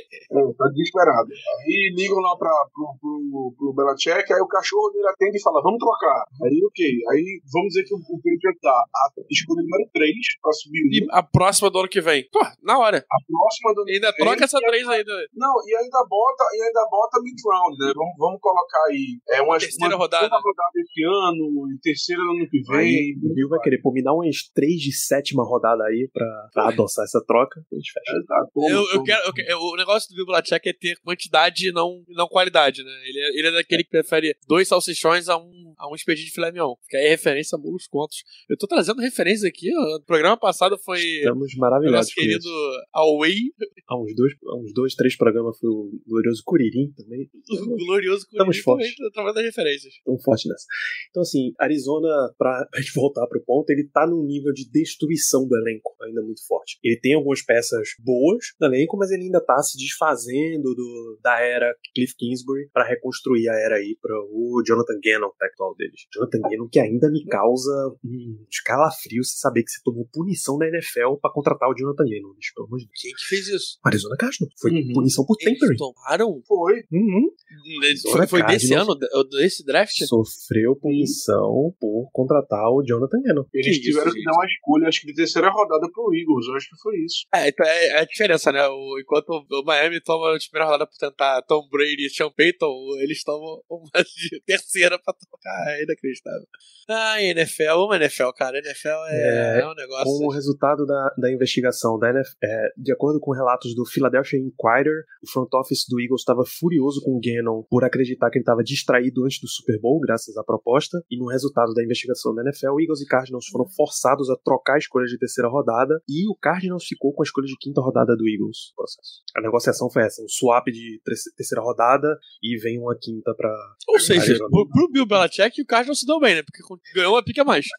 é, tá desesperado. Aí ligam lá pra, pro, pro, pro Belichick, aí o cachorro dele atende e fala, vamos trocar. Aí ok, aí vamos dizer que o, o Patriots dá a escolha número três pra subir. E a próxima do ano que vem. Pô, na hora. A próxima do ainda troca essa três aí. Do... Não, e ainda bota, e ainda bota mid-round, né? Vamos, vamos colocar aí é uma terceira uma, rodada. Uma rodada esse ano, e terceira no ano que vem. Aí, o Bill vai querer, pô, me dá umas três de sétima rodada aí pra, pra adoçar essa troca. A gente fecha. Exato, toma, eu, toma. eu quero, eu quero, o negócio do Bill Belichick é ter quantidade e não, não qualidade, né? Ele é, ele é daquele que prefere dois salsichões a um, a um espetinho de filé mignon. Que aí é referência a mulos contos. Eu tô trazendo referências aqui, ó. O programa passado foi. Estamos maravilhosos. O nosso querido Away. Há uns dois, há uns dois, três programas foi o glorioso Curirim também. O glorioso Curirim Estamos fortes. também, através das referências. Estamos fortes nessa. Então, assim, Arizona, pra a gente voltar pro ponto, ele tá num nível de destruição do elenco ainda muito forte. Ele tem algumas peças boas no elenco, mas ele ainda tá se desfazendo do, da era Cliff Kingsbury pra reconstruir a era aí para o Jonathan Gannon, tá, atual deles. Jonathan Gannon, que ainda me causa um escalafrio se saber que você tomou punição da N F L pra contratar o Jonathan Gannon. Pelo amor de Deus. Quem que fez isso? Arizona Cardinals. Foi Uhum. punição por Eles tampering. tomaram? Foi. Uhum. Foi, foi desse Cardinals ano, desse draft? Sofreu punição por contratar o Jonathan Gannon. Eles Que tiveram isso, que gente? dar uma escolha, acho que de terceira rodada pro Eagles. Eu acho que foi isso. É, então é, é a diferença, né? O, enquanto o Miami toma a primeira rodada por tentar Tom Brady e Sean Payton, eles tomam uma de terceira pra tocar. É inacreditável. Ah, N F L, uma N F L, cara. N F L é, É, é um negócio. Com o resultado da, da investigação da N F L, é, de acordo com relatos do Philadelphia Inquirer, o front office do Eagles estava furioso com o Gannon por acreditar que ele estava distraído antes do Super Bowl, graças à proposta, e no resultado da investigação da N F L, o Eagles e Cardinals foram forçados a trocar a escolha de terceira rodada, e o Cardinals ficou com a escolha de quinta rodada do Eagles no processo. A negociação foi essa, um swap de terceira rodada e vem uma quinta pra... Ou seja, Arizona. pro, pro Bill Belichick o Cardinals se deu bem, né? Porque ganhou uma pica a mais.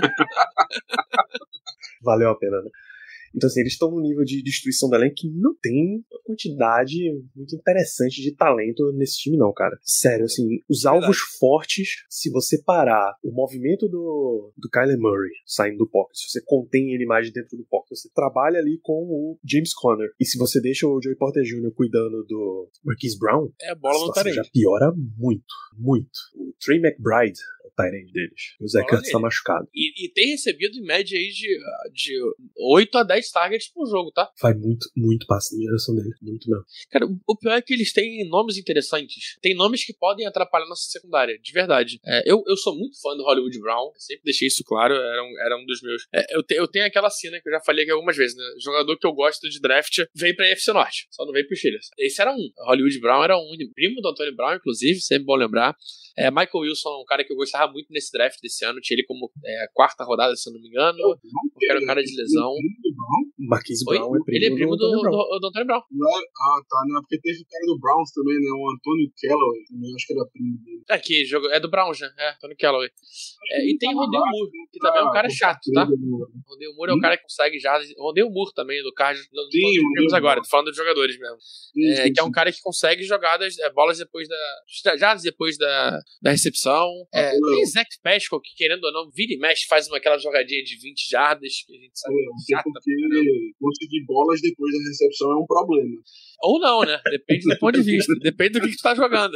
Valeu a pena, né? Então, assim, eles estão num nível de destruição da elenco que não tem uma quantidade muito interessante de talento nesse time, não, cara. Sério, assim, os alvos fortes, se você parar o movimento do, do Kyler Murray saindo do pocket, se você contém ele mais dentro do pocket, você trabalha ali com o James Conner, e se você deixa o Joey Porter Júnior cuidando do Marquise Brown, É, a bola a não situação tá já aí. piora muito, muito. O Trey McBride é o tight end deles, e o Zach Bola Ertz tá nele. machucado. E, e tem recebido em média aí de, de oito a dez targets por jogo, tá? Vai muito, muito passe na direção dele, muito mesmo. Cara, o pior é que eles têm nomes interessantes. Tem nomes que podem atrapalhar nossa secundária, de verdade. É, eu, eu sou muito fã do Hollywood Brown, sempre deixei isso claro, era um, era um dos meus. É, eu, te, eu tenho aquela cena que eu já falei aqui algumas vezes, né? Jogador que eu gosto de draft veio pra N F C Norte, só não veio pro Steelers. Esse era um. Hollywood Brown era um, primo do Antônio Brown, inclusive, sempre bom lembrar. É, Michael Wilson é um cara que eu gostava muito nesse draft desse ano, tinha ele como é, quarta rodada, se eu não me engano. Porque era um cara de lesão. Marquise Oi? Brown é primo Ele é primo do, do, do, Antônio Brown. do, do Antônio Brown. Não é- Ah, tá. Não, porque teve o cara do Browns também, né? O Antônio Callaway. Também acho que era primo dele. É, que jogo, é do Browns, né? É, Antônio Callaway. É, e tem Rodeo Moore, que também é um cara chato, tá? Rodeo Moore é o cara que consegue já. Rodeo Moore também, do Cardinals. Não tô Sim, falando de Rodeo primos agora, Moore. tô falando dos jogadores mesmo. Sim, É, sim, que é um sim. cara que consegue jogadas, é, bolas depois da. Jardas depois da, da recepção. É, Ah, tem Zach Pascal, que querendo ou não, vira e mexe, faz uma, aquela jogadinha de vinte jardas, que a gente sabe que é É, chata. porque pra caramba. conseguir bolas depois da recepção é um problema. Ou não, né? Depende do ponto de vista. Depende do que, que tu tá jogando.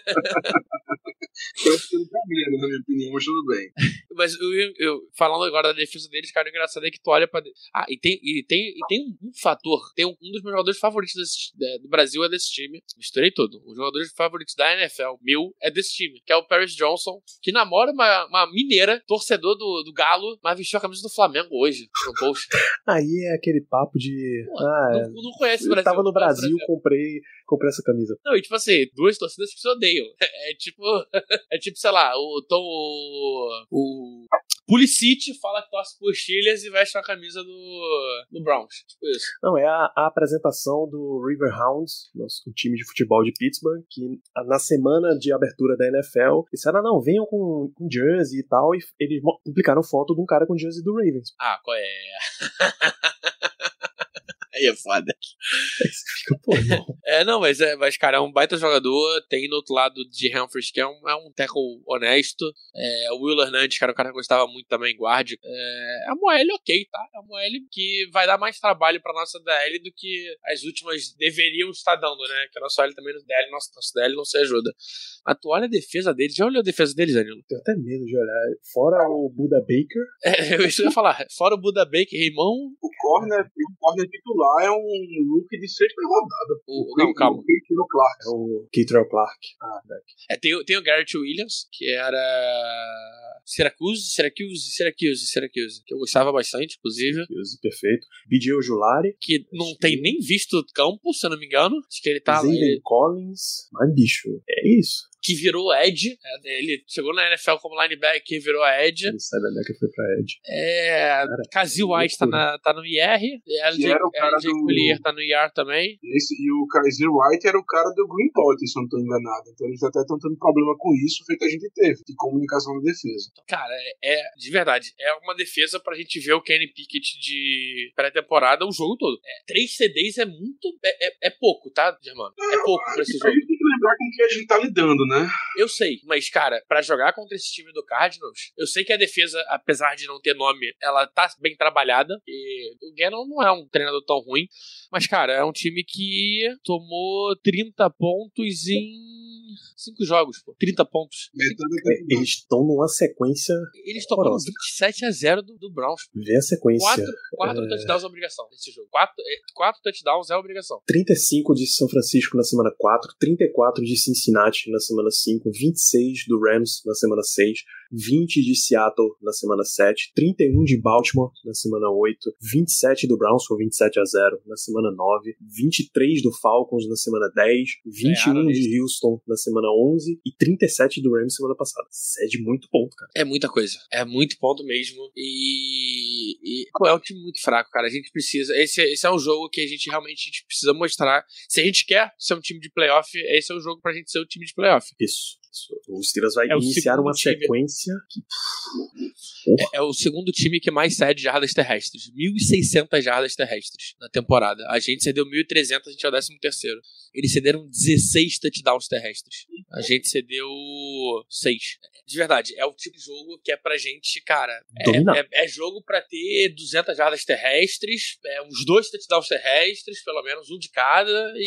Eu acho que é um problema, na minha opinião, mas tudo bem. Mas eu, eu- falando agora da defesa deles, cara, o engraçado é que tu olha pra. Ah, e tem, e tem, e tem um, um fator. Tem um, um dos meus jogadores favoritos desse- da- do Brasil é desse time. Misturei tudo. Os jogadores favoritos da N F L, meu, é desse time, que é o Paris Johnson, que namora uma, uma mineira, torcedor do, do Galo, mas vestiu a camisa do Flamengo hoje, no post. Aí é aquele papo de. Pô, ah, é, não, não conhece o eu Brasil. tava no não conhece o Brasil, comprei, comprei essa camisa. Não, e tipo assim, duas torcidas que se odeiam. É tipo, é tipo, sei lá, o Tom, o, o Pulisic fala que torce por Steelers e veste a camisa do, do Browns. Tipo isso. Não, é a, a apresentação do Riverhounds, nosso, o time de futebol de Pittsburgh, que na semana de abertura da N F L, disseram, ah, não, venham com, com jersey e tal, e eles mo- publicaram foto de um cara com jersey do Ravens. Ah, qual é? Aí é foda. Aí você fica, pô, não. É, não, mas, é, mas, cara, é um baita jogador. Tem no outro lado de Humphries, que é um, é um tackle honesto. É, o Will Hernandes, cara, o cara que gostava muito também, guarde. É, é uma O L ok, tá? É uma O L que vai dar mais trabalho pra nossa D L do que as últimas deveriam estar dando, né? Que a nossa O L também, no D L, nossa, nossa D L não se ajuda. Mas tu olha a defesa deles. Já olhou a defesa deles, Danilo? Tenho até medo de olhar. Fora o Buda Baker, É, eu isso eu ia falar. Fora o Buda Baker, irmão. O corner, o corner titular é um rookie de sexta rodada. O, não, calma. O Keith Clark. é o Keatrell Clark. Ah, É, tem, o- tem o Garrett Williams, que era Syracuse, Syracuse, Syracuse, Syracuse, que eu gostava bastante, inclusive, Perfeito. B J Ojulari. que não tem nem visto campo, se eu não me engano. Acho que ele tá Zayden ele, Collins. Mas, bicho, é isso. que virou Edge. É, ele chegou na N F L como linebacker e virou Edge. Ele sai da Deca e foi pra Edge. É, Cara, Kazil White tá, na, tá no I R. Que era o cara L J do- Collier tá no I R também. Esse, e o Kaiser White era o cara do Green Point, se eu não estou enganado. Então eles até estão tendo problema com isso, feito a gente teve, de comunicação da defesa. Cara, é, é- de verdade, é uma defesa pra gente ver o Kenny Pickett de pré-temporada o jogo todo. É, três C Ds é muito. É, é, é pouco, tá, Germano? É pouco pra esse A jogo. gente tem que lembrar lembrar com que a gente tá lidando, né? Eu sei, mas, cara, pra jogar contra esse time do Cardinals, eu sei que a defesa, apesar de não ter nome, ela tá bem trabalhada. E o Gannon não é um treinador tão ruim, mas, cara, é um time que tomou trinta pontos em cinco jogos, pô. trinta pontos. É, eles estão numa sequência. Eles tomaram vinte e sete a zero do, do Browns. Vê a sequência. Quatro, quatro é... touchdowns é obrigação nesse jogo. Quatro, quatro touchdowns é obrigação. trinta e cinco de São Francisco na semana quatro, trinta e quatro de Cincinnati na semana cinco, vinte e seis do Rams na semana seis, vinte de Seattle na semana sete, trinta e um de Baltimore na semana oito, vinte e sete do Browns, foi vinte e sete a zero na semana nove, vinte e três do Falcons na semana dez, vinte e um é, de Houston na semana onze e trinta e sete do Rams semana passada. Cede muito ponto, cara. É muita coisa. É muito ponto mesmo. E, e é um time muito fraco, cara. A gente precisa... Esse, esse é um jogo que a gente realmente a gente precisa mostrar. Se a gente quer ser um time de playoff, esse é o jogo pra gente ser um time de playoff. Isso. O Steelers vai é iniciar uma time. sequência que... É, é o segundo time que mais cede jardas terrestres. mil e seiscentas jardas terrestres na temporada. A gente cedeu mil e trezentas, a gente é o décimo terceiro. Eles cederam dezesseis touchdowns terrestres. A gente cedeu seis. De verdade, é o tipo de jogo que é pra gente, cara... É, é, é jogo pra ter duzentas jardas terrestres, é, uns dois touchdowns terrestres, pelo menos um de cada, e,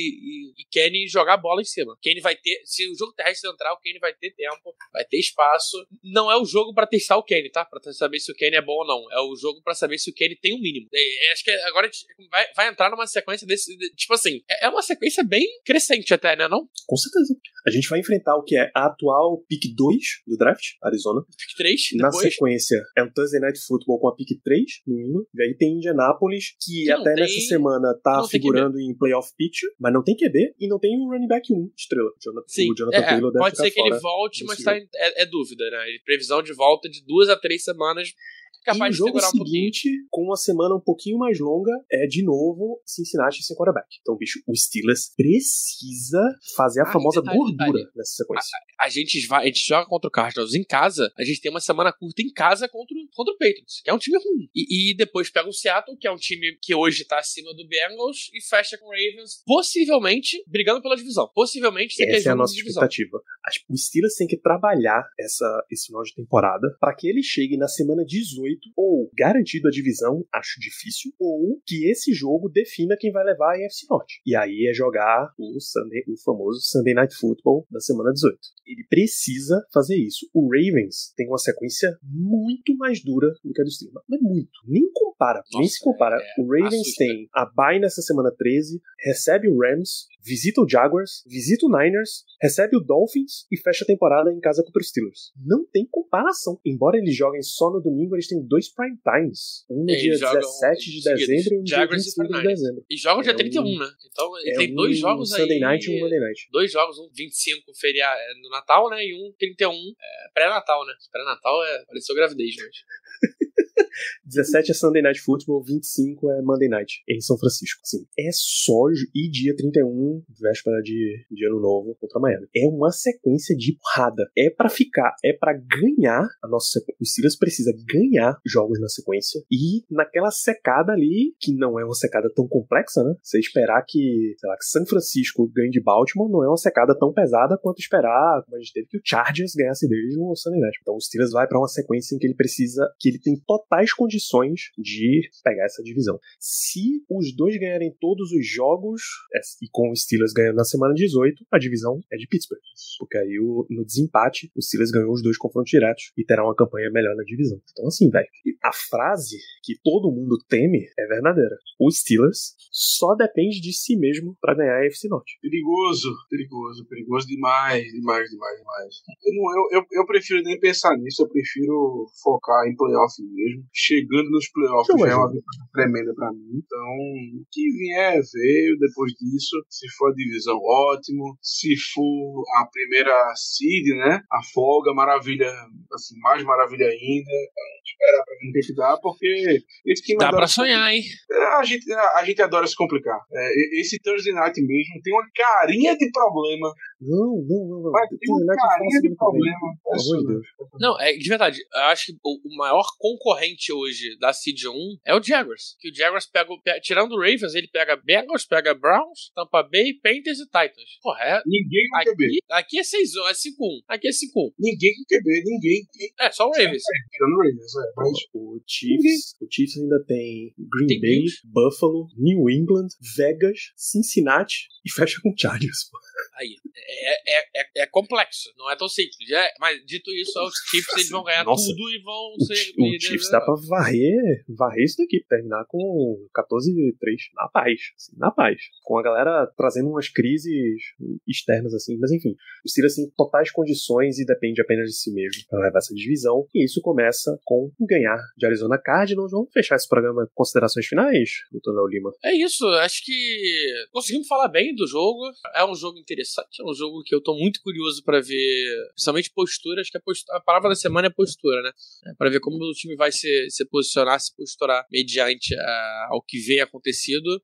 e, e Kenny jogar a bola em cima. Kenny vai ter... Se o jogo terrestre entrar, o Kenny vai ter tempo, vai ter espaço. Não é o jogo pra testar o Kenny, tá? Pra saber se o Kenny é bom ou não. É o jogo pra saber se o Kenny tem um mínimo. É, acho que agora a gente vai, vai entrar numa sequência desse... Tipo assim, é uma sequência bem crescente até, né, não? Com certeza. A gente vai enfrentar o que é a atual pick dois do draft, Arizona. Pick três, Na depois. sequência, é um Thursday Night Football com a pick três, New England. E aí tem Indianapolis, que, que até tem... nessa semana tá figurando em playoff picture, mas não tem Q B e não tem o running back um, estrela. Jonathan, Sim, o Jonathan é, Taylor deve pode ser que ele volte, mas tá em, é, é dúvida, né? Previsão de volta de duas a três semanas. Capaz e o de jogo segurar um seguinte, pouquinho. com uma semana um pouquinho mais longa, é de novo Cincinnati sem quarterback. Então, bicho, o Steelers precisa fazer a ah, famosa detalhe, gordura detalhe. nessa sequência. A, a, gente vai, a gente joga contra o Cardinals em casa, a gente tem uma semana curta em casa contra, contra o Patriots, que é um time ruim. E, e depois pega o Seattle, que é um time que hoje tá acima do Bengals, e fecha com o Ravens, possivelmente brigando pela divisão. Possivelmente você Essa é a nossa expectativa. O Steelers tem que trabalhar essa, esse final de temporada para que ele chegue na semana dezoito ou garantido a divisão, acho difícil, ou que esse jogo defina quem vai levar a A F C Norte. E aí é jogar o, Sunday, o famoso Sunday Night Football da semana dezoito. Ele precisa fazer isso. O Ravens tem uma sequência muito mais dura do que a do Steelers. Mas muito. Nem compara. Nossa, nem se compara. É, o Ravens assusta. Tem a bye nessa semana treze, recebe o Rams, visita o Jaguars, visita o Niners, recebe o Dolphins e fecha a temporada em casa contra os Steelers. Não tem comparação. Embora eles joguem só no domingo, eles têm dois prime times. Um no dia dezessete de dezembro e um no dia vinte e cinco de dezembro. E jogam dia é trinta e um, um, né? Então ele é tem um dois jogos Sunday aí. Sunday Night e um Monday Night. Dois jogos, um vinte e cinco feriado no Natal, né? E um trinta e um é, pré-Natal, né? Pré-Natal é. Pareceu gravidez, mas. dezessete é Sunday Night Football, vinte e cinco é Monday Night, em São Francisco. Sim, é só e dia trinta e um, véspera de, de Ano Novo contra Miami. É uma sequência de porrada. É pra ficar, é pra ganhar a nossa sequência. O Steelers precisa ganhar jogos na sequência e naquela secada ali, que não é uma secada tão complexa, né? Você esperar que, sei lá, que São Francisco ganhe de Baltimore não é uma secada tão pesada quanto esperar, como a gente teve, que o Chargers ganhasse deles no Sunday Night. Então o Steelers vai pra uma sequência em que ele precisa, que ele tem totais condições de pegar essa divisão. Se os dois ganharem todos os jogos, e com o Steelers ganhando na semana dezoito, a divisão é de Pittsburgh. Porque aí o, no desempate, o Steelers ganhou os dois confrontos diretos e terá uma campanha melhor na divisão. Então assim, velho, a frase que todo mundo teme é verdadeira. O Steelers só depende de si mesmo pra ganhar a A F C Norte. Perigoso, perigoso, perigoso demais, demais, demais, demais. Eu, não, eu, eu, eu prefiro nem pensar nisso, eu prefiro focar em playoff mesmo. Chegando nos playoffs já é uma vitória tremenda pra mim. Então, o que vier veio depois disso. Se for a divisão, ótimo. Se for a primeira seed, né? A folga, maravilha, assim, mais maravilha ainda. Então, esperar pra ver o que dá, porque esse time dá pra sonhar, hein? A gente, a, a gente adora se complicar. É, esse Thursday Night mesmo tem uma carinha de problema. Não, não, não, não. Mas tem uma carinha de problema. Não, é de verdade. Eu acho que o maior concorrente hoje hoje da Seed um é o Jaguars. Que o Jaguars pega, pega tirando o Ravens, ele pega Bengals, pega Browns, Tampa Bay, Panthers e Titans. Porra, é... Ninguém com Q B. Aqui, aqui é seis a um, é cinco a um. Aqui é cinco a um. Ninguém com Q B, ninguém. É, só o Ravens. É, tirando o Ravens, é. Mas... O Chiefs, o Chiefs ainda tem Green Tem Bay, Bills. Buffalo, New England, Vegas, Cincinnati e fecha com Chargers. Aí, é, é, é, é complexo, não é tão simples. É, mas dito isso, os Chiefs eles vão ganhar Nossa, tudo e vão O, ser Chi- o líderes, Chiefs né? dá pra varrer, varrer isso daqui, terminar com quatorze a três, na paz, assim, na paz. Com a galera trazendo umas crises externas, assim, mas enfim, o Steelers tem totais condições e depende apenas de si mesmo pra levar essa divisão, e isso começa com ganhar de Arizona Cardinals. Vamos fechar esse programa com considerações finais, doutor Léo Lima? É isso, acho que conseguimos falar bem do jogo. É um jogo interessante, é um jogo que eu tô muito curioso pra ver, principalmente postura. Acho que a, postura, a palavra da semana é postura, né? É pra ver como o time vai se, se posicionar, se posturar mediante a, ao que vem acontecido.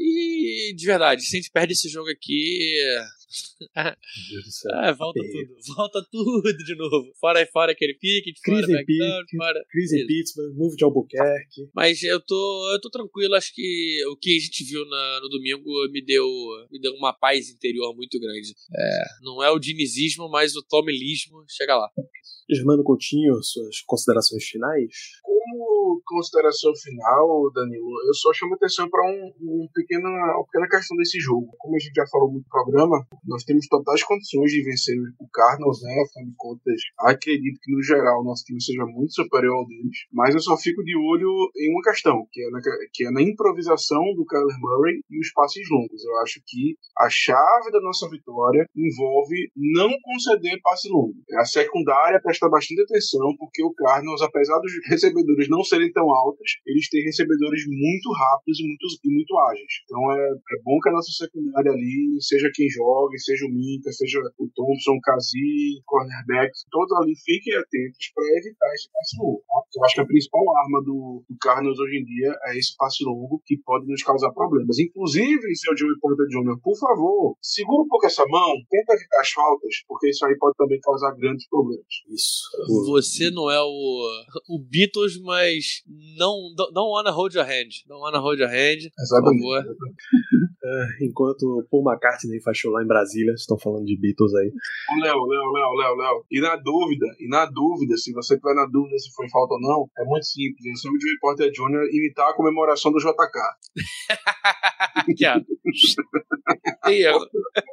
E, de verdade, se a gente perde esse jogo aqui... Meu Deus do céu. Ah, volta Feio. tudo, volta tudo de novo. Fora fora aquele pique, de fora Crise em backdown, Pitt, fora. crise em Isso. Pittsburgh, move de Albuquerque. Mas eu tô, eu tô tranquilo, acho que o que a gente viu na, no domingo me deu, me deu uma paz interior muito grande. É, não é o dinizismo, mas o tomilismo. Chega lá. Germano Coutinho, suas considerações finais? Como consideração final, Danilo, eu só chamo atenção para um, um pequena, uma pequena questão desse jogo. Como a gente já falou muito no programa, nós temos totais condições de vencer o Cardinals, né? Afinal de contas, acredito que no geral o nosso time seja muito superior ao deles, mas eu só fico de olho em uma questão, que é na, que é na improvisação do Kyler Murray e os passes longos. Eu acho que a chave da nossa vitória envolve não conceder passe longo. A secundária presta bastante atenção, porque o Cardinals, apesar dos recebedores não serem tão altos, eles têm recebedores muito rápidos e muito, e muito ágeis. Então é, é bom que a nossa secundária ali, seja quem jogue, seja o Minka, seja o Thompson, o Kazi, cornerbacks, todos ali fiquem atentos para evitar esse passe longo. Tá? Eu acho que a principal arma do, do Cardinals hoje em dia é esse passe longo que pode nos causar problemas. Inclusive, seu Joey Porter Júnior, por favor, segura um pouco essa mão, tenta evitar as faltas, porque isso aí pode também causar grandes problemas. Isso. Você não é o, o Beatles, mas não don't wanna hold your hand. Don't wanna hold your hand, Exatamente. por favor. Uh, enquanto Paul McCartney faz show lá em Brasília, estão falando de Beatles aí. Ô, Léo, Léo, Léo, Léo, Léo. E na dúvida, e na dúvida, se você tiver na dúvida se foi falta ou não, é muito simples. É só o Joey Porter Júnior imitar a comemoração do J K. Aqui, ó. Tem erro.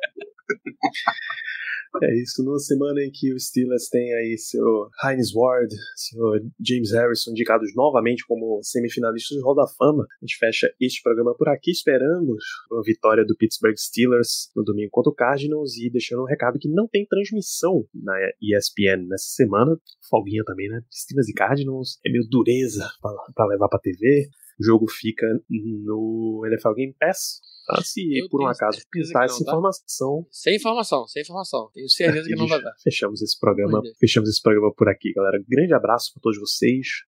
É isso, numa semana em que os Steelers têm aí seu Hines Ward, seu James Harrison indicados novamente como semifinalistas do Hall da Fama, a gente fecha este programa por aqui. Esperamos uma vitória do Pittsburgh Steelers no domingo contra o Cardinals e deixando um recado que não tem transmissão na E S P N nessa semana. Folguinha também, né? Steelers e Cardinals é meio dureza pra, pra levar pra T V. O jogo fica no N F L Game Pass. Tá? Se Eu por um tenho acaso certeza pintar que essa não, tá? informação, Sem informação, sem informação. Tenho certeza que não vai dar. fechamos esse programa, Meu Deus. fechamos esse programa por aqui, galera. Grande abraço para todos vocês.